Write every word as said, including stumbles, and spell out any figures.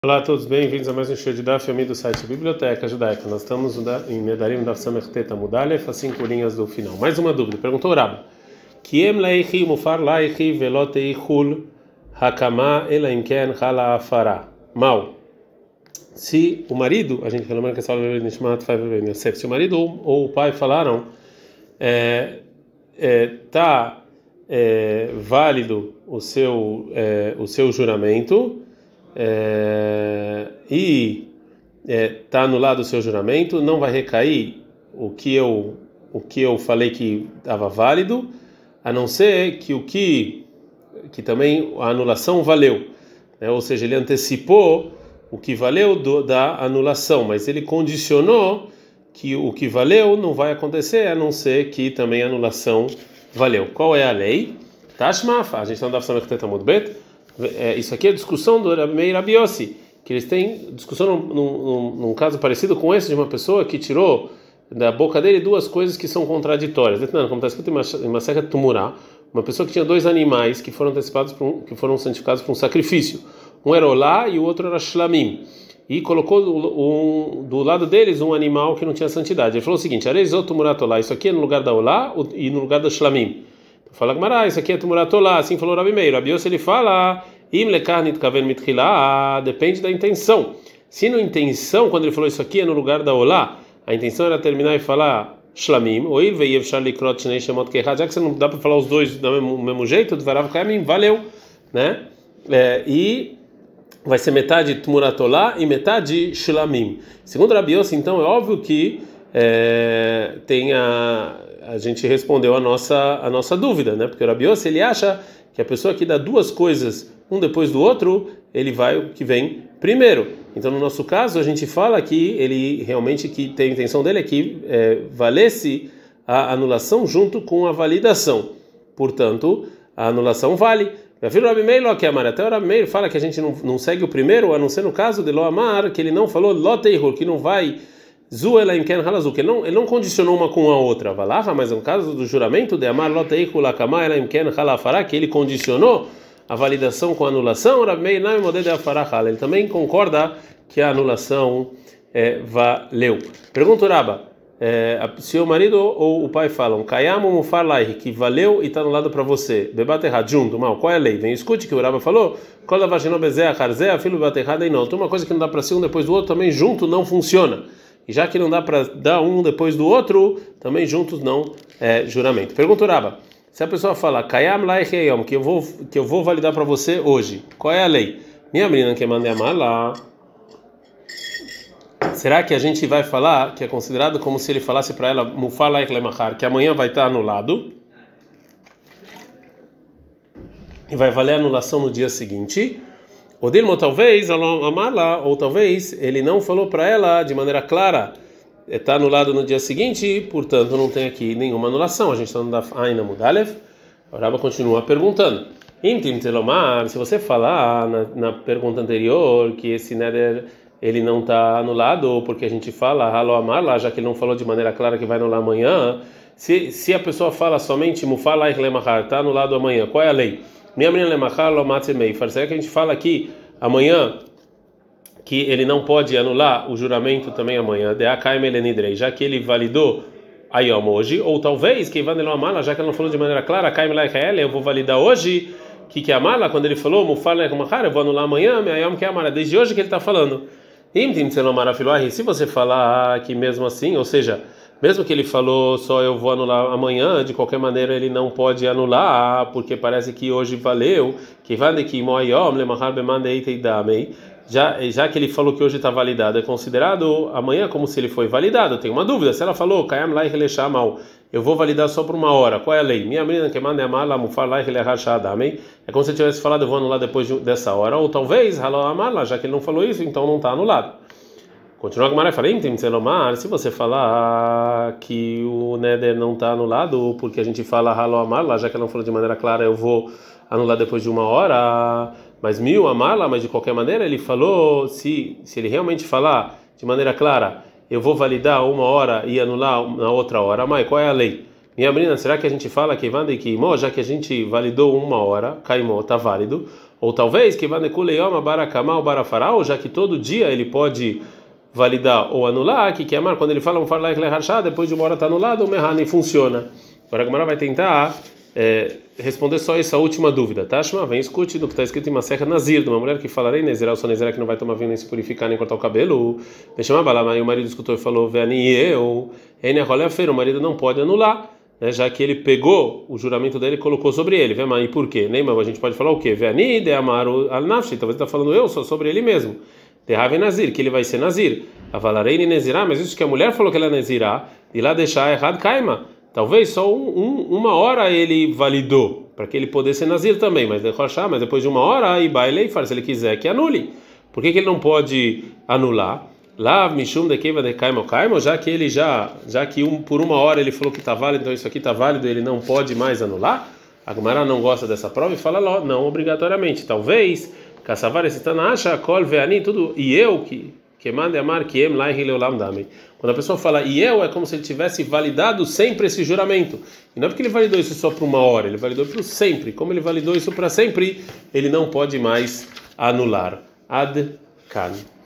Olá a todos, bem-vindos a mais um show de Daf Yomi do site Biblioteca Judaica. Nós estamos em Nedarim Daf Samech Mudalef, a cinco linhas do final. Mais uma dúvida, perguntou o Rabbi. Kiem laichi mufar laichi velot eichul hakama ela imken hala afara. Mal. Se o marido, a gente lembra que essa aula é Nishmat Faiv Yosef, se o marido ou, ou o pai falaram é, é, tá é, válido o seu, é, o seu juramento, É, e está é, anulado o seu juramento, não vai recair o que eu o que eu falei que estava válido, a não ser que o que que também a anulação valeu, né? Ou seja, ele antecipou o que valeu do, da anulação, mas ele condicionou que o que valeu não vai acontecer, a não ser que também a anulação valeu. Qual é a lei? Tashma, a gente não dá para saber que muito bem. É, isso aqui é a discussão do Rabi Meir e Rabi Yossi, que eles têm discussão num, num, num caso parecido com esse de uma pessoa que tirou da boca dele duas coisas que são contraditórias. Não, como está escrito em Masechet Tumurá, uma pessoa que tinha dois animais que foram antecipados por um, que foram santificados por um sacrifício. Um era Olá e o outro era Shlamim. E colocou um, do lado deles um animal que não tinha santidade. Ele falou o seguinte: Areizot Tumurat Olá, isso aqui é no lugar da Olá e no lugar da Shlamim. Fala Gmará, isso aqui é Tumurat Olá, assim falou Rabi Meir. Rabi Yossi ele fala, Im lekar nitkaven mitchila, depende da intenção. Se na intenção, quando ele falou isso aqui é no lugar da Olá, a intenção era terminar e falar Shlamim, ou il ve'yevshar likrot shnei shemot ke'echad, já que você não dá para falar os dois do mesmo, mesmo jeito, Dvarav Kayamim, valeu, né? É, e vai ser metade Tumurat Olá e metade Shlamim. Segundo Rabi Yossi, então é óbvio que é, tem a a gente respondeu a nossa a nossa dúvida, né? Porque o Rabi Yossi, ele acha que a pessoa que dá duas coisas um depois do outro, ele vai o que vem primeiro. Então, no nosso caso, a gente fala que ele realmente que tem a intenção dele é que é, valesse a anulação junto com a validação. Portanto, a anulação vale. Até o Rabi Meir fala que a gente não, não segue o primeiro, a não ser no caso de Lo Amar, que ele não falou Loteihur, que não vai Zuela imken halazuk, ele não ele não condicionou uma com a outra, valaha, mas no caso do juramento de Amar Loteichu lakama ela imken halafara, que ele condicionou a validação com a anulação, Rabi Meir não modede afara hala, ele também concorda que a anulação é, valeu. Pergunta o Raba, é, se o marido ou o pai falam kayamu mufar laihi, que valeu e está anulado para você, bebate errado junto, mal, qual é a lei? Vem, escute que o Raba falou, kola vagino bezeh harzeh afilo bebate errado, não, tem uma coisa que não dá para ser um depois do outro, também junto não funciona. E já que não dá para dar um depois do outro, também juntos não é juramento. Pergunta o Raba, se a pessoa fala Kayam laichi hayom, que eu vou que eu vou validar para você hoje, qual é a lei? Minha menina que manda amar lá. Será que a gente vai falar que é considerado como se ele falasse para ela mufar laich lemachar, que amanhã vai estar anulado e vai valer a anulação no dia seguinte? O Dilmo talvez amá-la, ou talvez ele não falou para ela de maneira clara, está anulado no dia seguinte, portanto não tem aqui nenhuma anulação. A gente está no Daf Aina Mudalev. O Raba continua perguntando. Intim telomar, se você falar na, na pergunta anterior que esse neder ele não está anulado, porque a gente fala halo amar-la, já que ele não falou de maneira clara que vai anular amanhã. Se, se a pessoa fala somente mufala lemachar, está anulado amanhã, qual é a lei? Minha menina lemachar lo matzemei. Será que a gente fala aqui amanhã que ele não pode anular o juramento também amanhã, de akaim elenidrei, já que ele validou ayom hoje, ou talvez que vai anular a mala, já que ele não falou de maneira clara, akaim laichael, eu vou validar hoje, que que é a mala, quando ele falou mufala lemachar, eu vou anular amanhã, me ayom que é a mala, desde hoje que ele está falando. Imtim tselomar afiloahi, se você falar que mesmo assim, ou seja, mesmo que ele falou só eu vou anular amanhã, de qualquer maneira ele não pode anular, porque parece que hoje valeu, que já já que ele falou que hoje está validado, é considerado amanhã como se ele foi validado. Tem uma dúvida, se ela falou kayam lai mal, eu vou validar só por uma hora, qual é a lei? Minha menina que manda amar lá mufar lai é como se ele tivesse falado eu vou anular depois de, dessa hora, ou talvez halal amar lá, já que ele não falou isso, então não está anulado. Continua com Maré, falei, se você falar que o Neder não está anulado, porque a gente fala halo amarla, já que ela não falou de maneira clara, eu vou anular depois de uma hora, mas mil amarla, mas de qualquer maneira ele falou, se, se ele realmente falar de maneira clara, eu vou validar uma hora e anular na outra hora, mas qual é a lei? Minha menina, será que a gente fala que vande que já que a gente validou uma hora, caimó, está válido, Ou talvez que vanekuleyoma barakama ou barafará, já que todo dia ele pode validar ou anular, que quer quando ele fala um farlai lecharchá, depois de uma hora está anulado, o mehani funciona. Agora a Gemara vai tentar é, responder só essa última dúvida, tá? Shema, vem, escute do que está escrito em Masecha Nazir, de uma mulher que falarei Nezirá, ou só Nezirá que não vai tomar vinho nem se purificar nem cortar o cabelo. Deixa Balama, aí o marido escutou e falou, Veani eu, o marido não pode anular, né, já que ele pegou o juramento dele e colocou sobre ele. Vê, mas e por quê? Nem, mas a gente pode falar o quê? Veani de amaru al nafshi, talvez ele está falando eu só sobre ele mesmo. Terrave Nazir, que ele vai ser Nazir. Avalarei Nezirá, mas isso que a mulher falou que ela é Nezirá, e lá deixar errado caima. Talvez só um, um, uma hora ele validou, para que ele pudesse ser Nazir também, mas mas depois de uma hora, aí baile e faz, se ele quiser que anule. Por que, que ele não pode anular? Lá, Mishum de Keva de Kaimo Kaimo, já que ele já, já que um, por uma hora ele falou que está válido, então isso aqui está válido, ele não pode mais anular? A Gemara não gosta dessa prova e fala, não, obrigatoriamente. Talvez, Kassavar esse Tanacha, Kol Veani, tudo, e eu que. Que manda amar que em lá leolam dami. Quando a pessoa fala e eu, é como se ele tivesse validado sempre esse juramento. E não é porque ele validou isso só por uma hora, ele validou para sempre. Como ele validou isso para sempre, ele não pode mais anular. Ad kan.